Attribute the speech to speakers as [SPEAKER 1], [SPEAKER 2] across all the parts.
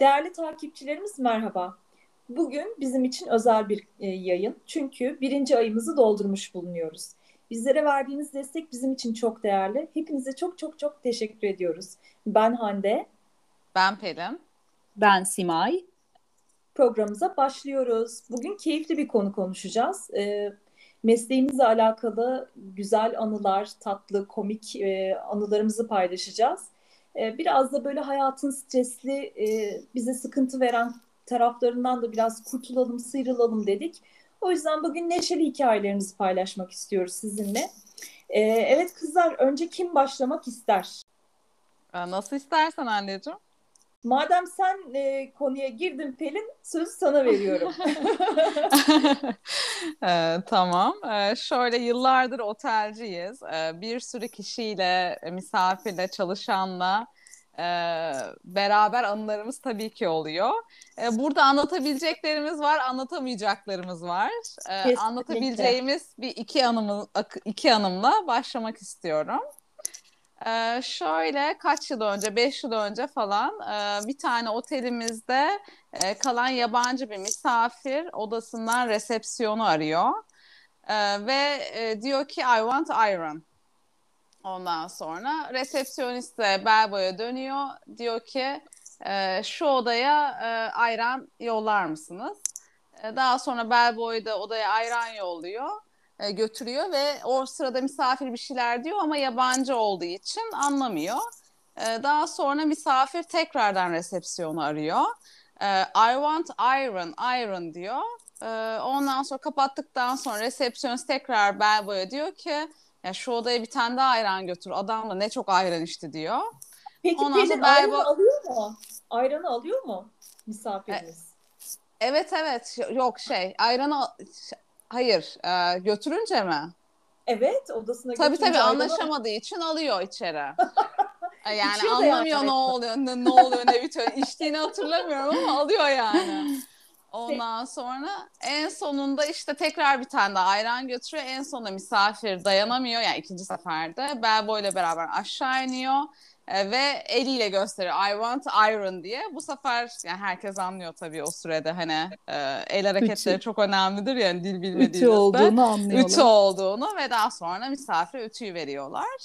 [SPEAKER 1] Değerli takipçilerimiz merhaba. Bugün bizim için özel bir yayın. Çünkü birinci ayımızı doldurmuş bulunuyoruz. Bizlere verdiğiniz destek bizim için çok değerli. Hepinize çok çok çok teşekkür ediyoruz. Ben Hande.
[SPEAKER 2] Ben Pelin.
[SPEAKER 3] Ben Simay.
[SPEAKER 1] Programımıza başlıyoruz. Bugün keyifli bir konu konuşacağız. Mesleğimizle alakalı güzel anılar, tatlı, komik anılarımızı paylaşacağız. Biraz da böyle hayatın stresli, bize sıkıntı veren taraflarından da biraz kurtulalım, sıyrılalım dedik. O yüzden bugün neşeli hikayelerimizi paylaşmak istiyoruz sizinle. Evet kızlar, önce kim başlamak ister?
[SPEAKER 2] Nasıl istersen anneciğim.
[SPEAKER 1] Madem sen konuya girdin Pelin, sözü sana veriyorum.
[SPEAKER 2] Tamam. Şöyle yıllardır otelciyiz. Bir sürü kişiyle, misafirle, çalışanla e, beraber anılarımız tabii ki oluyor. Burada anlatabileceklerimiz var, anlatamayacaklarımız var.
[SPEAKER 1] Kesinlikle.
[SPEAKER 2] Anlatabileceğimiz iki anımla başlamak istiyorum. Şöyle kaç yıl önce, 5 yıl önce falan bir tane otelimizde kalan yabancı bir misafir odasından resepsiyonu arıyor. Ve diyor ki I want iron. Ondan sonra resepsiyonist de bellboy'a dönüyor. Diyor ki şu odaya ayran yollar mısınız? Daha sonra bellboy da odaya ayran yolluyor, götürüyor ve o sırada misafir bir şeyler diyor ama yabancı olduğu için anlamıyor. Daha sonra misafir tekrardan resepsiyonu arıyor. I want iron, iron diyor. Ondan sonra kapattıktan sonra resepsiyonist tekrar bellboy'a diyor ki ya şu odaya bir tane daha ayran götür. Adam da ne çok ayran içti diyor.
[SPEAKER 1] Peki
[SPEAKER 2] Ondan sonra
[SPEAKER 1] Pelin ayranı alıyor mu? Ayranı alıyor mu
[SPEAKER 2] e,
[SPEAKER 1] misafiriniz?
[SPEAKER 2] evet evet yok ayranı hayır götürünce mi?
[SPEAKER 1] Evet, odasına
[SPEAKER 2] Tabii
[SPEAKER 1] götürünce ayranı
[SPEAKER 2] anlaşamadığı için alıyor içeri. Yani
[SPEAKER 1] içiyor da yani
[SPEAKER 2] anlamıyor ne
[SPEAKER 1] ayranı.
[SPEAKER 2] oluyor ne oluyor ne bitiyor. İçtiğini hatırlamıyorum ama alıyor yani. Ondan sonra en sonunda işte tekrar bir tane daha ayran götürüyor. En sonunda misafir dayanamıyor yani ikinci seferde. Bellboy ile beraber aşağı iniyor. Ve eliyle gösteriyor I want iron diye. Bu sefer yani herkes anlıyor tabii o sürede hani el hareketleri
[SPEAKER 3] Ütü.
[SPEAKER 2] çok önemlidir yani dil
[SPEAKER 3] Ütü
[SPEAKER 2] bilmediğinizde.
[SPEAKER 3] olduğunu
[SPEAKER 2] Ütü
[SPEAKER 3] anlıyorlar.
[SPEAKER 2] olduğunu ve daha sonra misafire ütüyü veriyorlar.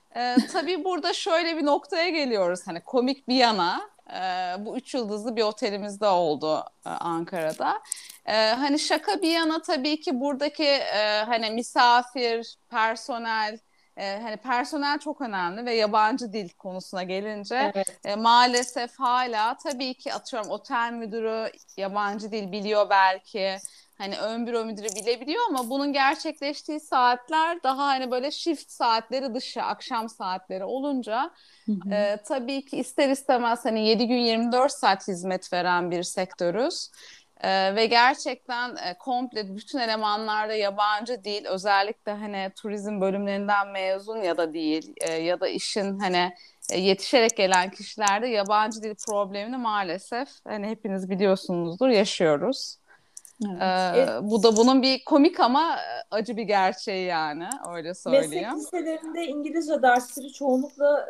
[SPEAKER 2] Tabii burada şöyle bir noktaya geliyoruz hani komik bir yana. Bu 3 yıldızlı bir otelimizde oldu Ankara'da. Hani şaka bir yana tabii ki buradaki hani misafir, personel, hani personel çok önemli ve yabancı dil konusuna gelince
[SPEAKER 1] Evet.
[SPEAKER 2] maalesef hala tabii ki atıyorum otel müdürü yabancı dil biliyor belki. Hani ön büro müdürü bilebiliyor ama bunun gerçekleştiği saatler daha hani böyle shift saatleri dışı akşam saatleri olunca
[SPEAKER 3] Hı hı.
[SPEAKER 2] tabii ki ister istemez hani 7 gün 24 saat hizmet veren bir sektörüz. Ve gerçekten komple bütün elemanlarda yabancı değil özellikle hani turizm bölümlerinden mezun ya da değil ya da işin hani yetişerek gelen kişilerde yabancı dil problemini maalesef hani hepiniz biliyorsunuzdur yaşıyoruz.
[SPEAKER 3] Evet.
[SPEAKER 2] Bu da bunun bir komik ama acı bir gerçeği yani öyle
[SPEAKER 1] Meslek
[SPEAKER 2] söyleyeyim.
[SPEAKER 1] liselerinde İngilizce dersleri çoğunlukla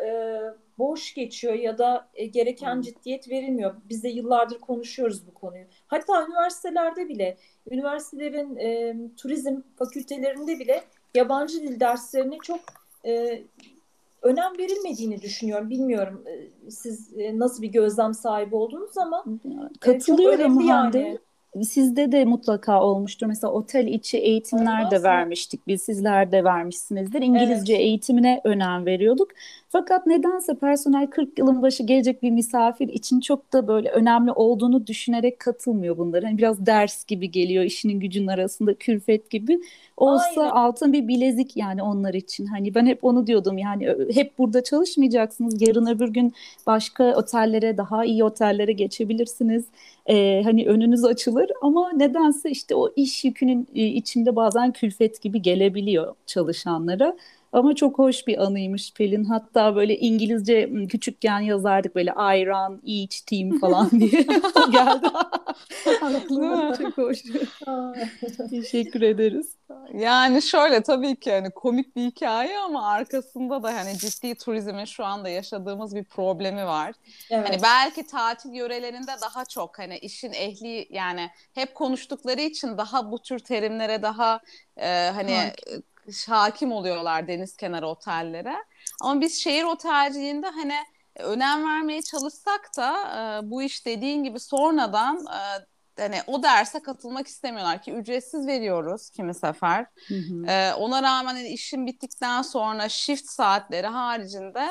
[SPEAKER 1] boş geçiyor ya da gereken
[SPEAKER 2] Evet.
[SPEAKER 1] ciddiyet verilmiyor. Biz de yıllardır konuşuyoruz bu konuyu. Hatta üniversitelerde bile, üniversitelerin turizm fakültelerinde bile yabancı dil derslerine çok e, önem verilmediğini düşünüyorum. Bilmiyorum siz nasıl bir gözlem sahibi oldunuz ama çok
[SPEAKER 3] Katılıyorum
[SPEAKER 1] önemli
[SPEAKER 3] Hande.
[SPEAKER 1] yani.
[SPEAKER 3] Sizde de mutlaka olmuştur. Mesela otel içi eğitimler de
[SPEAKER 1] Olmaz mı?
[SPEAKER 3] vermiştik. Biz sizler de vermişsinizdir. İngilizce
[SPEAKER 1] Evet.
[SPEAKER 3] eğitimine önem veriyorduk. Fakat nedense personel 40 yılın başı gelecek bir misafir için çok da böyle önemli olduğunu düşünerek katılmıyor bunlara. Hani biraz ders gibi geliyor, işinin gücün arasında külfet gibi. Olsa
[SPEAKER 1] Aynen.
[SPEAKER 3] altın bir bilezik yani onlar için. Hani ben hep onu diyordum yani hep burada çalışmayacaksınız. Yarın öbür gün başka otellere, daha iyi otellere geçebilirsiniz. Hani önünüz açılır ama nedense işte o iş yükünün içinde bazen külfet gibi gelebiliyor çalışanlara. Ama çok hoş bir anıymış Pelin. Hatta böyle İngilizce küçükken yazardık böyle ayran, iç, team falan diye. O geldi
[SPEAKER 2] Değil
[SPEAKER 3] aklıma.
[SPEAKER 2] mi?
[SPEAKER 3] Çok hoş.
[SPEAKER 1] Aa,
[SPEAKER 3] Teşekkür ederiz.
[SPEAKER 2] Yani şöyle tabii ki hani komik bir hikaye ama arkasında da hani ciddi turizmin şu anda yaşadığımız bir problemi var. Hani
[SPEAKER 1] evet.
[SPEAKER 2] belki tatil yörelerinde daha çok hani işin ehli yani hep konuştukları için daha bu tür terimlere daha hani
[SPEAKER 3] Hakim.
[SPEAKER 2] hakim oluyorlar deniz kenarı otellere. Ama biz şehir otelciliğinde hani önem vermeye çalışsak da bu iş dediğin gibi sonradan hani o derse katılmak istemiyorlar ki ücretsiz veriyoruz kimi sefer.
[SPEAKER 3] Hı hı.
[SPEAKER 2] Ona rağmen hani işin bittikten sonra shift saatleri haricinde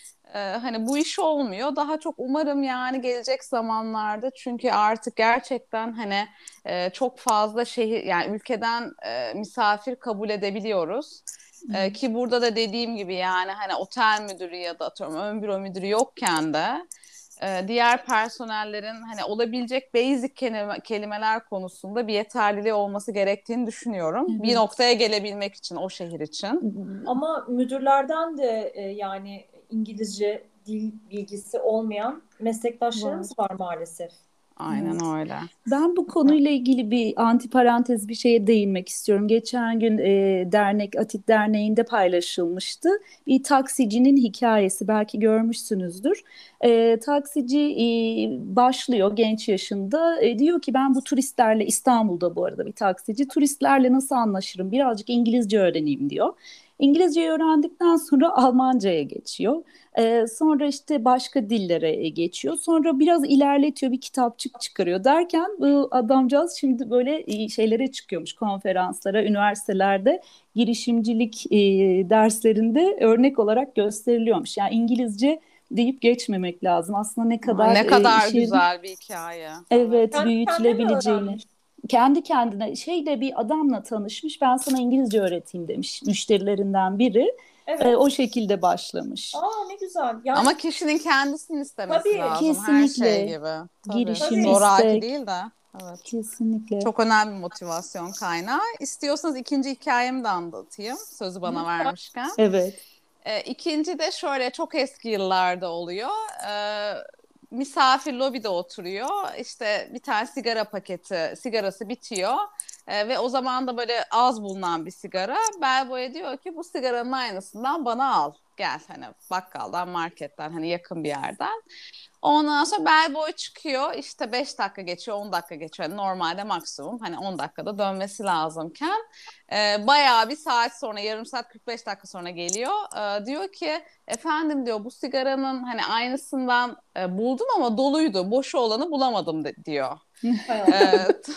[SPEAKER 2] hani bu iş olmuyor. Daha çok umarım yani gelecek zamanlarda çünkü artık gerçekten hani çok fazla şehir yani ülkeden misafir kabul edebiliyoruz.
[SPEAKER 3] Evet.
[SPEAKER 2] Ki burada da dediğim gibi yani hani otel müdürü ya da atıyorum ön büro müdürü yokken de diğer personellerin hani olabilecek basic kelimeler konusunda bir yeterliliği olması gerektiğini düşünüyorum. Bir
[SPEAKER 3] Evet.
[SPEAKER 2] noktaya gelebilmek için o şehir için.
[SPEAKER 1] Ama müdürlerden de yani İngilizce dil bilgisi olmayan
[SPEAKER 3] Var.
[SPEAKER 1] meslektaşlarımız var maalesef.
[SPEAKER 2] Aynen
[SPEAKER 3] Evet.
[SPEAKER 2] öyle.
[SPEAKER 3] Ben bu konuyla ilgili bir antiparantez bir şeye değinmek istiyorum. Geçen gün dernek Atit Derneği'nde paylaşılmıştı. Bir taksicinin hikayesi belki görmüşsünüzdür. Taksici başlıyor genç yaşında. Diyor ki ben bu turistlerle İstanbul'da bu arada bir taksici turistlerle nasıl anlaşırım? Birazcık İngilizce öğreneyim diyor. İngilizceyi öğrendikten sonra Almanca'ya geçiyor. Sonra işte başka dillere geçiyor. Sonra biraz ilerletiyor bir kitapçık çıkarıyor derken bu adamcağız şimdi böyle şeylere çıkıyormuş konferanslara, üniversitelerde girişimcilik derslerinde örnek olarak gösteriliyormuş. Yani İngilizce deyip geçmemek lazım. Aslında ne
[SPEAKER 2] Aa,
[SPEAKER 3] kadar
[SPEAKER 2] ne kadar
[SPEAKER 3] işin
[SPEAKER 2] güzel bir hikaye. Evet.
[SPEAKER 3] evet
[SPEAKER 1] Kendi kendine mi
[SPEAKER 3] büyütülebileceğini.
[SPEAKER 1] öğrenmiş?
[SPEAKER 3] Kendi kendine şeyde bir adamla tanışmış. Ben sana İngilizce öğreteyim demiş müşterilerinden biri. O
[SPEAKER 1] Evet.
[SPEAKER 3] şekilde başlamış.
[SPEAKER 1] Aa, ne güzel.
[SPEAKER 2] Ama
[SPEAKER 1] Yani
[SPEAKER 2] kişinin kendisinin istemesi
[SPEAKER 1] tabii,
[SPEAKER 2] lazım her şey
[SPEAKER 3] Kesinlikle
[SPEAKER 2] gibi. Tabii.
[SPEAKER 3] girişim,
[SPEAKER 1] tabii.
[SPEAKER 2] Zoraki
[SPEAKER 3] istek.
[SPEAKER 2] değil de. Evet.
[SPEAKER 3] Kesinlikle.
[SPEAKER 2] Çok önemli bir motivasyon kaynağı. İstiyorsanız ikinci hikayemi de anlatayım. Sözü bana
[SPEAKER 1] Lütfen.
[SPEAKER 2] vermişken.
[SPEAKER 3] Evet.
[SPEAKER 2] İkinci de şöyle çok eski yıllarda oluyor. Misafir lobide oturuyor. İşte bir tane sigara paketi, sigarası bitiyor. Ve o zaman da böyle az bulunan bir sigara. Bellboy'a diyor ki bu sigaranın aynısından bana al. Gel hani bakkaldan, marketten hani yakın bir yerden. Ondan sonra bellboy çıkıyor işte 5 dakika geçiyor 10 dakika geçiyor. Yani normalde maksimum hani 10 dakikada dönmesi lazımken bayağı bir saat sonra yarım saat 45 dakika sonra geliyor. Diyor ki efendim diyor bu sigaranın hani aynısından buldum ama doluydu boşu olanı bulamadım diyor.
[SPEAKER 1] Hay
[SPEAKER 2] E,
[SPEAKER 1] Allah.
[SPEAKER 2] t-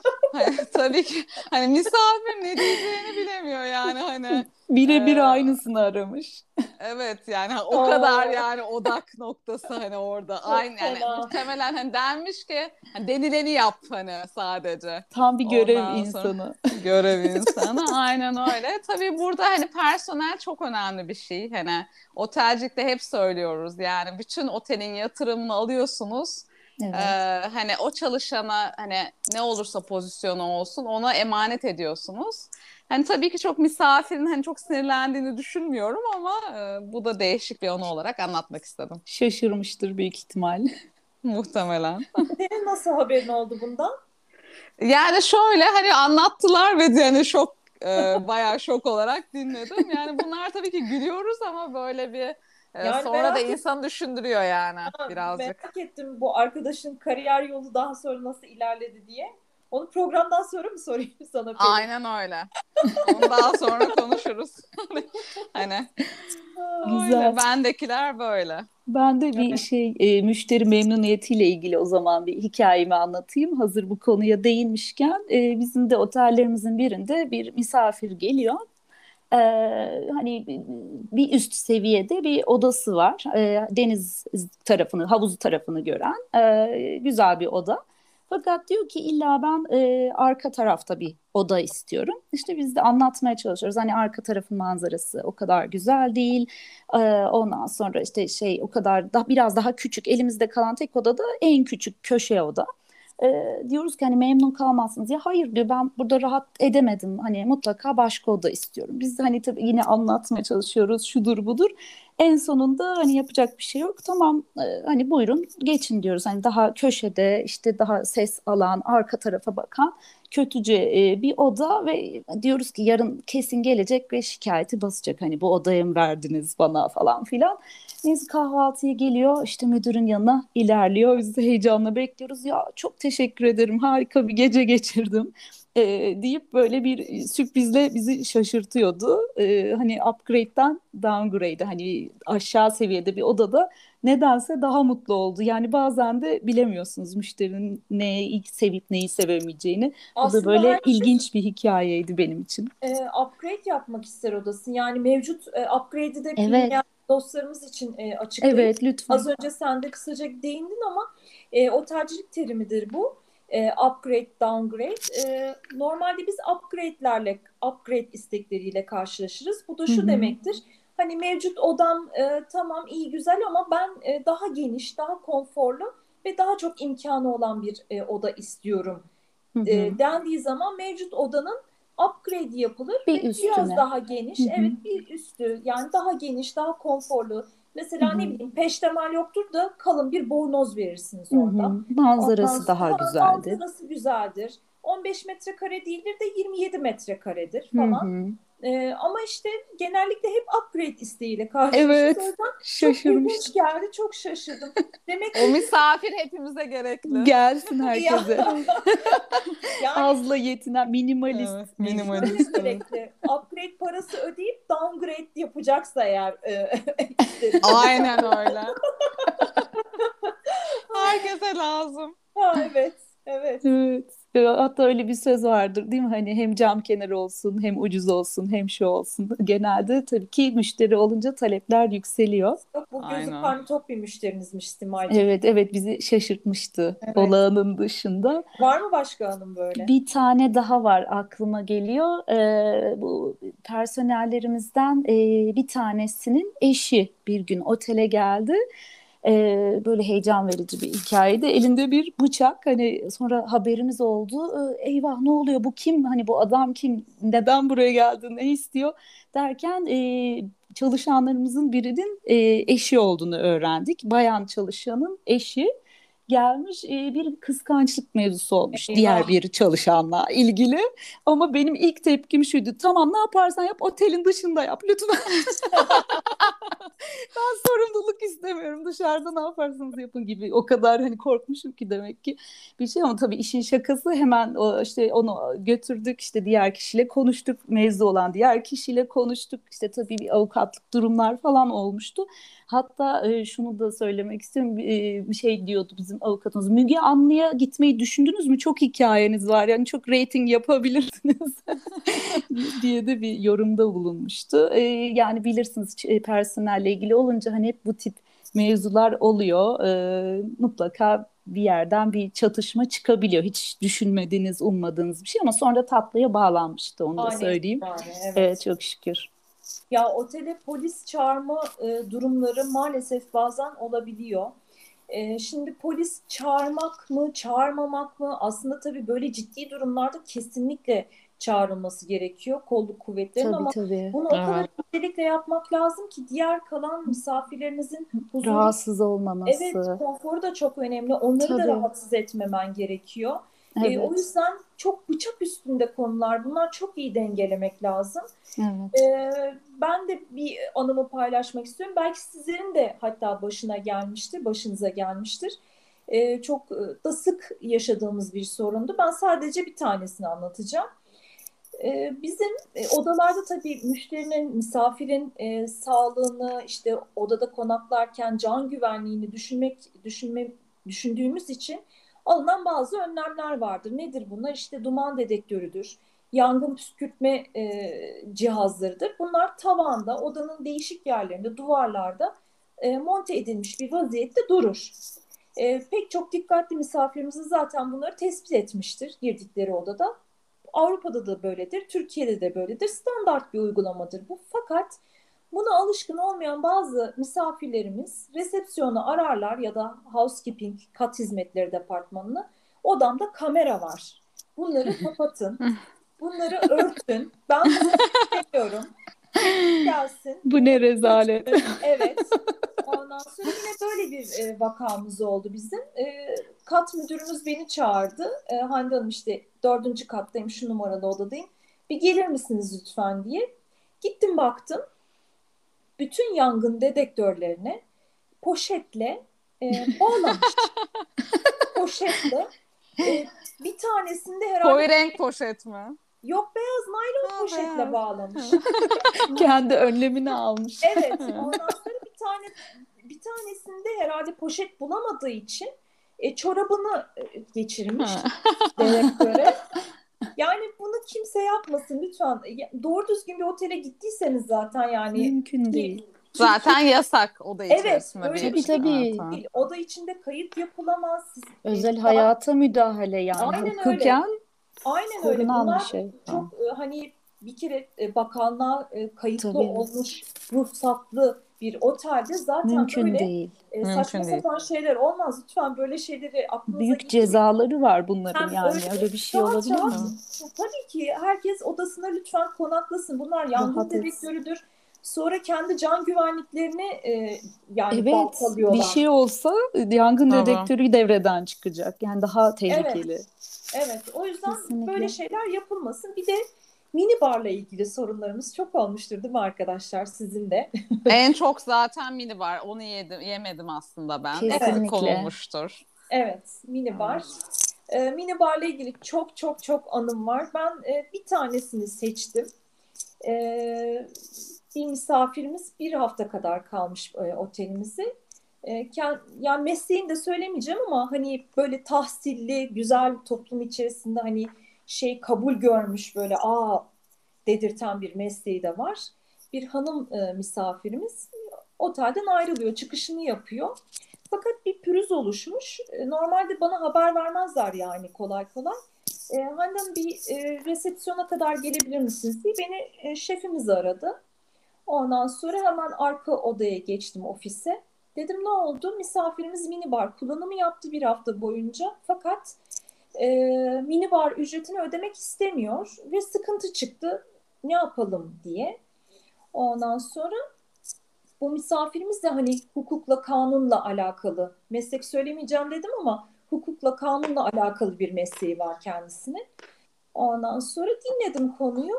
[SPEAKER 2] tabii ki hani misafir ne diyeceğini bilemiyor yani hani.
[SPEAKER 3] Birebir
[SPEAKER 2] E,
[SPEAKER 3] aynısını aramış.
[SPEAKER 2] Evet yani o kadar
[SPEAKER 1] Oo,
[SPEAKER 2] yani odak noktası hani orada
[SPEAKER 1] çok
[SPEAKER 2] aynı yani
[SPEAKER 1] fena.
[SPEAKER 2] muhtemelen hani denmiş ki hani denileni yap hani sadece
[SPEAKER 3] Tam bir görev
[SPEAKER 2] ondan sonra
[SPEAKER 3] insanı.
[SPEAKER 2] görev insanı aynen öyle. Tabii burada hani personel çok önemli bir şey hani otelcilikte hep söylüyoruz yani bütün otelin yatırımını alıyorsunuz. Ee,
[SPEAKER 3] Evet.
[SPEAKER 2] hani o çalışana hani ne olursa pozisyonu olsun ona emanet ediyorsunuz. Hani tabii ki çok misafirin hani çok sinirlendiğini düşünmüyorum ama bu da değişik bir anı olarak anlatmak istedim.
[SPEAKER 3] Şaşırmıştır büyük ihtimal.
[SPEAKER 2] Muhtemelen.
[SPEAKER 1] Senin nasıl haberin oldu bundan?
[SPEAKER 2] Yani şöyle hani anlattılar ve yani şok bayağı şok olarak dinledim. Yani bunlar tabii ki gülüyoruz ama böyle bir
[SPEAKER 1] Yani
[SPEAKER 2] sonra da
[SPEAKER 1] merak
[SPEAKER 2] insanı düşündürüyor yani birazcık.
[SPEAKER 1] merak ettim bu arkadaşın kariyer yolu daha sonra nasıl ilerledi diye. Onu programdan sonra mı sorayım sana Pelin?
[SPEAKER 2] Aynen öyle. Onu daha sonra konuşuruz. Hani öyle.
[SPEAKER 3] Güzel.
[SPEAKER 2] Bendekiler böyle.
[SPEAKER 3] Ben de bir
[SPEAKER 1] Evet.
[SPEAKER 3] şey müşteri memnuniyetiyle ilgili o zaman bir hikayemi anlatayım. Hazır bu konuya değinmişken bizim de otellerimizin birinde bir misafir geliyor. E, Hani bir üst seviyede bir odası var. Deniz tarafını, havuzu tarafını gören güzel bir oda. Fakat diyor ki illa ben arka tarafta bir oda istiyorum. İşte biz de anlatmaya çalışıyoruz. Hani arka tarafın manzarası o kadar güzel değil. Ondan sonra işte şey o kadar da biraz daha küçük. Elimizde kalan tek oda da en küçük köşe oda. Diyoruz ki hani memnun kalmazsınız. Ya hayır diyor, ben burada rahat edemedim. Hani mutlaka başka oda istiyorum. Biz de hani tabii yine anlatmaya çalışıyoruz, şudur budur. En sonunda hani yapacak bir şey yok. Tamam, hani buyurun geçin diyoruz. Hani daha köşede, işte daha ses alan, arka tarafa bakan kötüce bir oda ve diyoruz ki yarın kesin gelecek ve şikayeti basacak. Hani bu odaya mı verdiniz bana falan filan. Neyse kahvaltıya geliyor, işte müdürün yanına ilerliyor. Biz de heyecanla bekliyoruz. Ya çok teşekkür ederim, harika bir gece geçirdim deyip böyle bir sürprizle bizi şaşırtıyordu. Hani upgrade'den downgrade, hani aşağı seviyede bir odada nedense daha mutlu oldu. Yani bazen de bilemiyorsunuz müşterinin neyi sevip neyi sevemeyeceğini. Bu da
[SPEAKER 1] Aslında
[SPEAKER 3] böyle
[SPEAKER 1] herkes
[SPEAKER 3] ilginç bir hikayeydi benim için.
[SPEAKER 1] upgrade yapmak ister odasını. Yani mevcut upgrade'i de
[SPEAKER 3] Evet,
[SPEAKER 1] bilmeyen dostlarımız için açıklayayım.
[SPEAKER 3] evet lütfen.
[SPEAKER 1] Az önce sen de kısaca değindin ama otelcilik terimidir bu. Upgrade, downgrade. Normalde biz upgrade istekleriyle karşılaşırız. Bu da
[SPEAKER 3] Hı
[SPEAKER 1] şu
[SPEAKER 3] hı,
[SPEAKER 1] demektir. Hani mevcut odam tamam iyi güzel ama ben daha geniş, daha konforlu ve daha çok imkanı olan bir oda istiyorum
[SPEAKER 3] hı hı.
[SPEAKER 1] dendiği zaman mevcut odanın upgrade yapılır
[SPEAKER 3] Bir
[SPEAKER 1] ve biraz
[SPEAKER 3] üstüne.
[SPEAKER 1] daha
[SPEAKER 3] Hı
[SPEAKER 1] geniş,
[SPEAKER 3] hı,
[SPEAKER 1] evet bir üstü yani daha geniş, daha konforlu.
[SPEAKER 3] hı
[SPEAKER 1] Mesela ne
[SPEAKER 3] hı,
[SPEAKER 1] bileyim peştemal yoktur da kalın bir bornoz verirsiniz
[SPEAKER 3] hı
[SPEAKER 1] orada.
[SPEAKER 3] hı.
[SPEAKER 1] Ondan
[SPEAKER 3] Manzarası daha
[SPEAKER 1] sonra
[SPEAKER 3] güzeldi.
[SPEAKER 1] manzarası güzeldir. 15 metrekare değildir de 27 metrekaredir
[SPEAKER 3] Hı
[SPEAKER 1] falan.
[SPEAKER 3] hı.
[SPEAKER 1] Ama işte genellikle hep upgrade isteğiyle karşılaşırız. O
[SPEAKER 3] Evet,
[SPEAKER 1] yüzden çok ilginç
[SPEAKER 3] şaşırmıştım.
[SPEAKER 1] geldi, çok şaşırdım. Demek
[SPEAKER 2] O
[SPEAKER 1] ki
[SPEAKER 2] misafir hepimize gerekli.
[SPEAKER 3] Gelsin
[SPEAKER 1] ya,
[SPEAKER 3] herkese.
[SPEAKER 1] yani
[SPEAKER 3] Azla yetinen minimalist
[SPEAKER 2] Evet,
[SPEAKER 1] şöyle
[SPEAKER 3] dediğimiz.
[SPEAKER 2] minimalist. Evet.
[SPEAKER 1] gerekli. Upgrade parası ödeyip downgrade yapacaksa eğer isteriz.
[SPEAKER 2] Aynen öyle. Herkese lazım.
[SPEAKER 1] Ha, evet, evet.
[SPEAKER 3] Evet. Hatta öyle bir söz vardır değil mi? Hani hem cam kenarı olsun, hem ucuz olsun, hem şu olsun. Genelde tabii ki müşteri olunca talepler yükseliyor.
[SPEAKER 1] Yok, bu gözü
[SPEAKER 2] Aynen.
[SPEAKER 1] karnı tok bir müşterimizmiş Simay'cığım.
[SPEAKER 3] Evet, evet bizi şaşırtmıştı
[SPEAKER 1] Evet.
[SPEAKER 3] olağanın dışında.
[SPEAKER 1] Var mı başka hanım böyle?
[SPEAKER 3] Bir tane daha var aklıma geliyor. Bu personellerimizden bir tanesinin eşi bir gün otele geldi. Böyle heyecan verici bir hikayeydi. Elinde bir bıçak. Hani sonra haberimiz oldu. Eyvah ne oluyor? Bu kim? Hani bu adam kim? Neden buraya geldi? Ne istiyor? Derken çalışanlarımızın birinin eşi olduğunu öğrendik. Bayan çalışanın eşi gelmiş, bir kıskançlık mevzusu olmuş diğer
[SPEAKER 1] Eyvah.
[SPEAKER 3] bir çalışanla ilgili. Ama benim ilk tepkim şuydu. Tamam ne yaparsan yap otelin dışında yap lütfen. Ben sorumluluk istemiyorum. Dışarıda ne yaparsanız yapın gibi. O kadar hani korkmuşum ki demek ki bir şey, ama tabii işin şakası hemen işte onu götürdük, işte diğer kişiyle konuştuk. Mevzu olan diğer kişiyle konuştuk. İşte tabii bir avukatlık durumlar falan olmuştu. Hatta şunu da söylemek istiyorum. Bir şey diyordu bizim avukatımız. Müge Anlı'ya gitmeyi düşündünüz mü? Çok hikayeniz var. Yani çok reyting yapabilirsiniz diye de bir yorumda bulunmuştu. Yani bilirsiniz personelle ilgili olunca hani hep bu tip mevzular oluyor. Mutlaka bir yerden bir çatışma çıkabiliyor. Hiç düşünmediğiniz, ummadığınız bir şey, ama sonra tatlıya bağlanmıştı, onu da
[SPEAKER 1] Aa, ne
[SPEAKER 3] söyleyeyim.
[SPEAKER 1] yani,
[SPEAKER 3] Evet,
[SPEAKER 1] evet.
[SPEAKER 3] çok şükür.
[SPEAKER 1] Ya otele polis çağırma durumları maalesef bazen olabiliyor. Şimdi polis çağırmak mı, çağırmamak mı? Aslında tabii böyle ciddi durumlarda kesinlikle çağrılması gerekiyor kolluk kuvvetlerinin
[SPEAKER 3] Tabii
[SPEAKER 1] ama
[SPEAKER 3] tabii.
[SPEAKER 1] bunu o kadar
[SPEAKER 2] Evet.
[SPEAKER 1] öncelikle yapmak lazım ki diğer kalan misafirlerinizin huzuru,
[SPEAKER 3] Rahatsız
[SPEAKER 1] evet,
[SPEAKER 3] olmaması.
[SPEAKER 1] konforu da çok önemli. Onları da
[SPEAKER 3] Tabii.
[SPEAKER 1] rahatsız etmemen gerekiyor. O
[SPEAKER 3] Evet.
[SPEAKER 1] yüzden çok bıçak üstünde konular. Bunlar çok iyi dengelemek lazım.
[SPEAKER 3] Evet.
[SPEAKER 1] Ben de bir anımı paylaşmak istiyorum. Belki sizlerin de hatta başına gelmiştir, başınıza gelmiştir. Çok da sık yaşadığımız bir sorundu. Ben sadece bir tanesini anlatacağım. Bizim odalarda tabii müşterinin, misafirin sağlığını, işte odada konaklarken can güvenliğini düşündüğümüz için alınan bazı önlemler vardır. Nedir bunlar? İşte duman dedektörüdür, yangın püskürtme cihazlarıdır. Bunlar tavanda, odanın değişik yerlerinde, duvarlarda monte edilmiş bir vaziyette durur. Pek çok dikkatli misafirimiz zaten bunları tespit etmiştir girdikleri odada. Avrupa'da da böyledir, Türkiye'de de böyledir. Standart bir uygulamadır bu. Fakat buna alışkın olmayan bazı misafirlerimiz resepsiyonu ararlar ya da housekeeping, kat hizmetleri departmanını. Odamda kamera var. Bunları kapatın. Bunları örtün. Ben bunu istemiyorum. Gelsin.
[SPEAKER 3] Bu ne rezalet.
[SPEAKER 1] Evet. Ondan sonra yine böyle bir vakamız oldu bizim. Kat müdürümüz beni çağırdı. Hande Hanım işte 4. kattayım, şu numaralı odadayım. Bir gelir misiniz lütfen diye. Gittim baktım. Bütün yangın dedektörlerine poşetle bağlamış. Poşetle. Bir tanesinde herhalde...
[SPEAKER 2] Koyu renk poşet mi?
[SPEAKER 1] Yok, beyaz naylon poşetle
[SPEAKER 2] beyaz.
[SPEAKER 1] bağlamış.
[SPEAKER 3] Kendi önlemini almış.
[SPEAKER 1] Evet. Ondan sonra bir tanesinde herhalde poşet bulamadığı için çorabını geçirmiş direktöre. Yani bunu kimse yapmasın lütfen. Doğru düzgün bir otele gittiyseniz zaten yani.
[SPEAKER 3] Mümkün değil.
[SPEAKER 2] Zaten yasak oda
[SPEAKER 1] Evet,
[SPEAKER 2] içerisinde.
[SPEAKER 1] öyle
[SPEAKER 2] bir
[SPEAKER 3] tabii.
[SPEAKER 2] Tamam.
[SPEAKER 1] Oda içinde kayıt yapılamaz.
[SPEAKER 3] Özel hayata müdahale yani.
[SPEAKER 1] Aynen
[SPEAKER 3] Hukuken
[SPEAKER 1] Aynen öyle.
[SPEAKER 3] korunan
[SPEAKER 1] Bunlar
[SPEAKER 3] bir şey.
[SPEAKER 1] çok hani bir kere bakanlığa kayıtlı
[SPEAKER 3] Tabii.
[SPEAKER 1] olmuş, ruhsatlı bir otelde zaten
[SPEAKER 3] Mümkün
[SPEAKER 1] böyle
[SPEAKER 3] değil.
[SPEAKER 1] saçma
[SPEAKER 2] Mümkün
[SPEAKER 1] sapan şeyler olmaz. Lütfen böyle şeyleri aklınıza
[SPEAKER 3] Büyük
[SPEAKER 1] getirmeyin.
[SPEAKER 3] cezaları var bunların
[SPEAKER 1] Hem
[SPEAKER 3] yani. Öyle bir şey
[SPEAKER 1] rahat
[SPEAKER 3] olabilir mi?
[SPEAKER 1] rahat, tabii ki herkes odasına lütfen konaklasın. Bunlar yangın
[SPEAKER 3] Rahat etsin.
[SPEAKER 1] dedektörüdür. Sonra kendi can güvenliklerini yani
[SPEAKER 3] Evet,
[SPEAKER 1] baltalıyorlar.
[SPEAKER 3] bir şey olsa yangın
[SPEAKER 2] Tabii.
[SPEAKER 3] dedektörü devreden çıkacak. Yani daha tehlikeli.
[SPEAKER 1] Evet, o yüzden
[SPEAKER 3] Kesinlikle.
[SPEAKER 1] böyle şeyler yapılmasın. Bir de mini barla ilgili sorunlarımız çok olmuştur değil mi arkadaşlar, sizin de?
[SPEAKER 2] En çok zaten mini bar. Onu yemedim aslında ben.
[SPEAKER 3] Kesinlikle.
[SPEAKER 2] Sık konulmuştur.
[SPEAKER 1] Evet, mini bar. Mini barla ilgili çok çok çok anım var. Ben bir tanesini seçtim. Bir misafirimiz bir hafta kadar kalmış otelimizi. Yani mesleğini de söylemeyeceğim ama hani böyle tahsilli, güzel toplum içerisinde hani kabul görmüş, böyle dedirten bir mesleği de var. Bir hanım misafirimiz otelden ayrılıyor, çıkışını yapıyor. Fakat bir pürüz oluşmuş. Normalde bana haber vermezler yani kolay kolay. Hande Hanım bir resepsiyona kadar gelebilir misiniz diye beni şefimiz aradı. Ondan sonra hemen arka odaya geçtim, ofise. Dedim ne oldu? Misafirimiz minibar kullanımı yaptı bir hafta boyunca. Fakat minibar ücretini ödemek istemiyor ve sıkıntı çıktı. Ne yapalım diye. Ondan sonra bu misafirimiz de hani hukukla, kanunla alakalı, meslek söylemeyeceğim dedim ama hukukla, kanunla alakalı bir mesleği var kendisinin. Ondan sonra dinledim konuyu.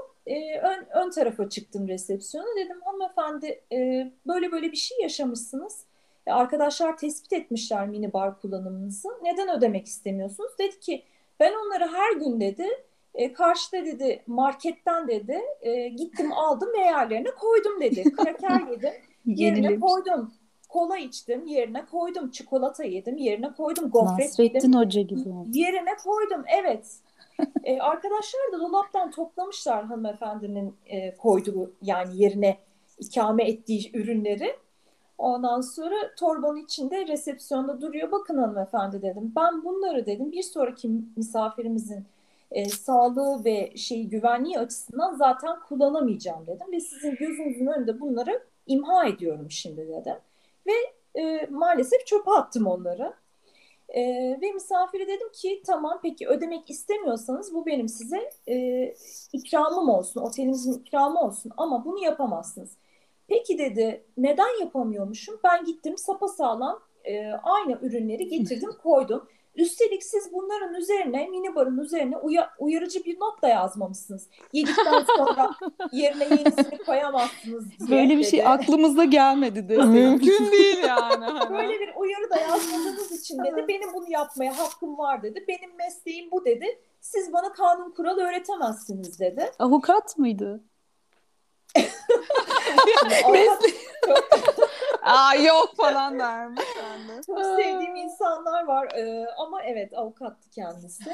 [SPEAKER 1] Ön tarafa çıktım, resepsiyona. Dedim hanımefendi böyle böyle bir şey yaşamışsınız. Arkadaşlar tespit etmişler minibar kullanımınızı. Neden ödemek istemiyorsunuz? Dedi ki ben onları her gün dedi karşıda dedi marketten dedi gittim aldım ve yerlerine koydum dedi. Kraker yedim yerine
[SPEAKER 3] Yenilemiş.
[SPEAKER 1] koydum. Kola içtim yerine koydum. Çikolata yedim yerine koydum. Gofret
[SPEAKER 3] Nasrettin
[SPEAKER 1] yedim
[SPEAKER 3] Hoca gibi oldu.
[SPEAKER 1] yerine koydum. Evet. Arkadaşlar da dolaptan toplamışlar hanımefendinin koyduğu yani yerine ikame ettiği ürünleri. Ondan sonra torbanın içinde resepsiyonda duruyor. Bakın hanımefendi dedim. Ben bunları dedim bir sonraki misafirimizin sağlığı ve güvenliği açısından zaten kullanamayacağım dedim. Ve sizin gözünüzün önünde bunları imha ediyorum şimdi dedim. Ve maalesef çöpe attım onları. Ve misafire dedim ki tamam peki ödemek istemiyorsanız bu benim size ikramım olsun, otelimizin ikramı olsun ama bunu yapamazsınız. Peki dedi neden yapamıyormuşum? Ben gittim sapasağlam aynı ürünleri getirdim koydum. Üstelik siz bunların üzerine minibarın üzerine uyarıcı bir not da yazmamışsınız. Yedikten sonra yerine yenisini koyamazsınız diye
[SPEAKER 3] Böyle bir
[SPEAKER 1] dedi.
[SPEAKER 3] şey aklımıza gelmedi de.
[SPEAKER 2] Mümkün değil yani.
[SPEAKER 1] Böyle bir uyarı da yazmadığınız için dedi benim bunu yapmaya hakkım var dedi. Benim mesleğim bu dedi. Siz bana kanun kural öğretemezsiniz dedi.
[SPEAKER 3] Avukat mıydı?
[SPEAKER 2] Yok falan dermiş ben de.
[SPEAKER 1] Çok sevdiğim insanlar var ama evet avukattı kendisi.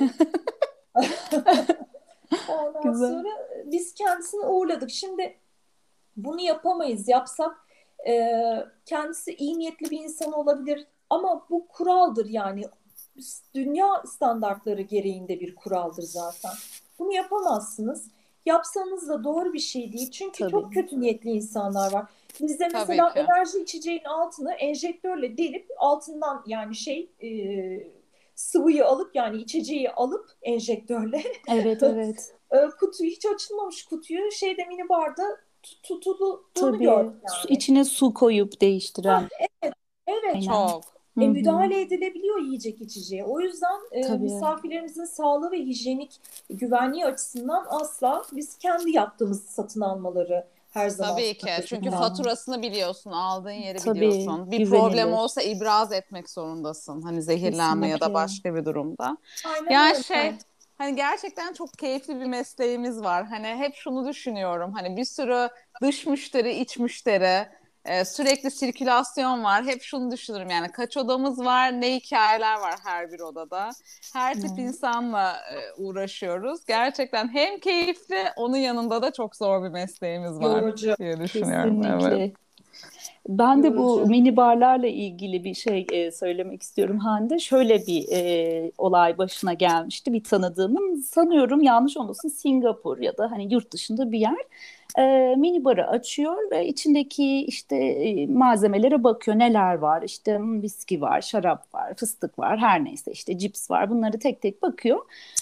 [SPEAKER 1] Ondan
[SPEAKER 3] Güzel.
[SPEAKER 1] sonra biz kendisini uğurladık. Şimdi bunu yapamayız. Yapsak kendisi iyi niyetli bir insan olabilir ama bu kuraldır yani. Dünya standartları gereğinde bir kuraldır zaten. Bunu yapamazsınız. Yapsanız da doğru bir şey değil. Çünkü
[SPEAKER 3] Tabii.
[SPEAKER 1] çok kötü niyetli insanlar var. Bizde
[SPEAKER 2] Tabii
[SPEAKER 1] mesela
[SPEAKER 2] ki.
[SPEAKER 1] enerji içeceğin altını enjektörle delip altından yani sıvıyı alıp yani içeceği alıp enjektörle
[SPEAKER 3] Evet, evet.
[SPEAKER 1] kutuyu hiç açılmamış kutuyu şeyde minibarda tutulduğunu
[SPEAKER 3] Tabii.
[SPEAKER 1] gördüm yani.
[SPEAKER 3] İçine su koyup
[SPEAKER 1] Ha,
[SPEAKER 3] değiştiren.
[SPEAKER 1] evet,
[SPEAKER 3] Aynen.
[SPEAKER 2] Çok.
[SPEAKER 3] Hı hı.
[SPEAKER 1] müdahale edilebiliyor yiyecek içeceğe. O yüzden
[SPEAKER 3] Tabii.
[SPEAKER 1] misafirlerimizin sağlığı ve hijyenik güvenliği açısından asla biz kendi yaptığımız satın almaları her zaman
[SPEAKER 2] Tabii ki. Çünkü
[SPEAKER 1] kullanıyoruz.
[SPEAKER 2] faturasını biliyorsun, aldığın yeri
[SPEAKER 3] Tabii.
[SPEAKER 2] biliyorsun. Bir problem
[SPEAKER 3] Güvenilir.
[SPEAKER 2] olsa ibraz etmek zorundasın. Hani zehirlenme ya da
[SPEAKER 3] Kesinlikle.
[SPEAKER 2] başka bir durumda.
[SPEAKER 1] Aynen
[SPEAKER 2] Yani
[SPEAKER 1] öyle.
[SPEAKER 2] hani gerçekten çok keyifli bir mesleğimiz var. Hani hep şunu düşünüyorum. Hani bir sürü dış müşteri, iç müşteri, sürekli sirkülasyon var. Hep şunu düşünürüm yani kaç odamız var, ne hikayeler var her bir odada. Her tip
[SPEAKER 3] Evet.
[SPEAKER 2] insanla uğraşıyoruz. Gerçekten hem keyifli, onun yanında da çok zor bir mesleğimiz var
[SPEAKER 1] Yorucu,
[SPEAKER 2] diye düşünüyorum. Evet.
[SPEAKER 3] Kesinlikle. Ben de bu
[SPEAKER 1] yorucu.
[SPEAKER 3] mini barlarla ilgili bir şey söylemek istiyorum Hande. Şöyle bir olay başına gelmişti bir tanıdığımın. Sanıyorum yanlış olmasın Singapur ya da hani yurt dışında bir yer. Mini barı açıyor ve içindeki işte malzemelere bakıyor neler var. İşte viski var, şarap var, fıstık var, her neyse işte cips var. Bunları tek tek bakıyor.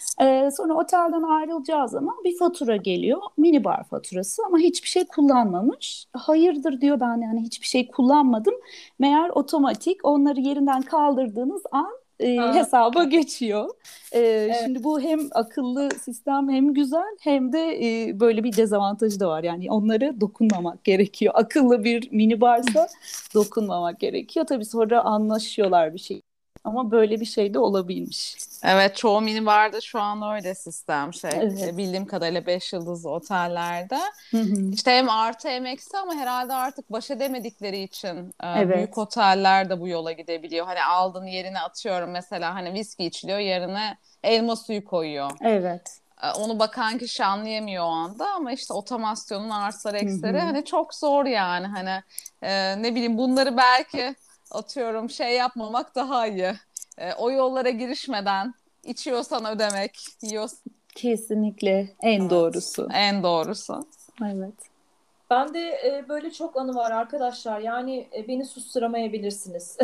[SPEAKER 3] Sonra otelden ayrılacağı zaman bir fatura geliyor. Minibar faturası ama hiçbir şey kullanmamış. Hayırdır diyor, ben yani hiçbir şey kullanmadım. Meğer otomatik onları yerinden kaldırdığınız an
[SPEAKER 1] Ha,
[SPEAKER 3] hesaba geçiyor.
[SPEAKER 1] evet.
[SPEAKER 3] Şimdi bu hem akıllı sistem hem güzel hem de böyle bir dezavantajı da var. Yani onlara dokunmamak gerekiyor. Akıllı bir minibarsa dokunmamak gerekiyor. Tabii sonra anlaşıyorlar bir şey. Ama böyle bir şey de olabilmiş.
[SPEAKER 2] Evet, çoğu minibarda şu an öyle sistem
[SPEAKER 3] Evet.
[SPEAKER 2] bildiğim kadarıyla 5 yıldızlı otellerde.
[SPEAKER 3] Hı hı.
[SPEAKER 2] İşte hem artı hem eksi ama herhalde artık baş edemedikleri için büyük
[SPEAKER 3] Evet.
[SPEAKER 2] oteller de bu yola gidebiliyor. Hani aldığın yerine atıyorum mesela hani viski içiliyor yerine elma suyu koyuyor.
[SPEAKER 3] Evet.
[SPEAKER 2] Onu bakan kişi anlayamıyor o anda ama işte otomasyonun artıları
[SPEAKER 3] Hı
[SPEAKER 2] eksileri
[SPEAKER 3] hı.
[SPEAKER 2] hani çok zor yani hani ne bileyim bunları belki atıyorum şey yapmamak daha iyi. O yollara girişmeden içiyorsan ödemek, yiyorsan
[SPEAKER 3] Kesinlikle en
[SPEAKER 2] evet,
[SPEAKER 3] doğrusu.
[SPEAKER 2] en doğrusu.
[SPEAKER 3] Evet.
[SPEAKER 1] Ben de böyle çok anı var arkadaşlar. Yani beni susturamayabilirsiniz.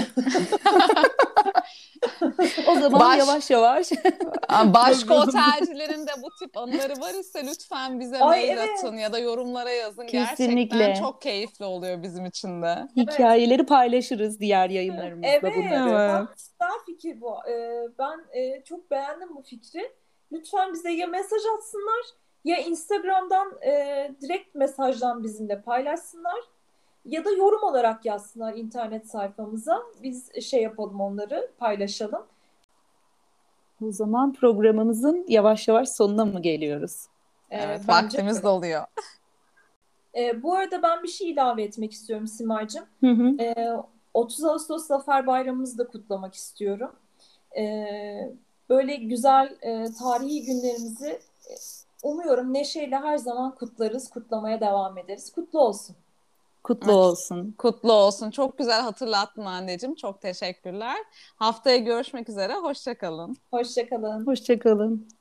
[SPEAKER 3] O zaman
[SPEAKER 2] Baş
[SPEAKER 3] yavaş yavaş
[SPEAKER 2] Başka
[SPEAKER 3] programımızı.
[SPEAKER 2] otelcilerin de bu tip anıları var ise lütfen bize
[SPEAKER 1] Ay
[SPEAKER 2] mail atın
[SPEAKER 1] evet,
[SPEAKER 2] ya da yorumlara yazın. Gerçekten
[SPEAKER 3] Kesinlikle.
[SPEAKER 2] çok keyifli oluyor bizim için de.
[SPEAKER 1] evet.
[SPEAKER 3] Hikayeleri paylaşırız diğer yayınlarımızda
[SPEAKER 1] Evet,
[SPEAKER 3] bunları.
[SPEAKER 1] bak
[SPEAKER 2] Evet.
[SPEAKER 1] güzel fikir bu. Ben çok beğendim bu fikri. Lütfen bize ya mesaj atsınlar ya Instagram'dan direkt mesajdan bizimle paylaşsınlar ya da yorum olarak yazsınlar internet sayfamıza. Biz şey yapalım onları paylaşalım.
[SPEAKER 3] O zaman programımızın yavaş yavaş sonuna mı geliyoruz?
[SPEAKER 2] Evet,
[SPEAKER 1] Bence
[SPEAKER 2] vaktimiz
[SPEAKER 1] öyle.
[SPEAKER 2] doluyor.
[SPEAKER 1] Bu arada ben bir şey ilave etmek istiyorum Simay'cığım.
[SPEAKER 3] Hı hı.
[SPEAKER 1] E, 30 Ağustos Zafer Bayramımızı da kutlamak istiyorum. E, Böyle güzel tarihi günlerimizi umuyorum neşeyle her zaman kutlarız, kutlamaya devam ederiz. Kutlu olsun.
[SPEAKER 3] Kutlu
[SPEAKER 2] Evet,
[SPEAKER 3] olsun.
[SPEAKER 2] kutlu olsun. Çok güzel hatırlattın anneciğim. Çok teşekkürler. Haftaya görüşmek üzere. Hoşça kalın.
[SPEAKER 1] Hoşça kalın.
[SPEAKER 3] Hoşça kalın.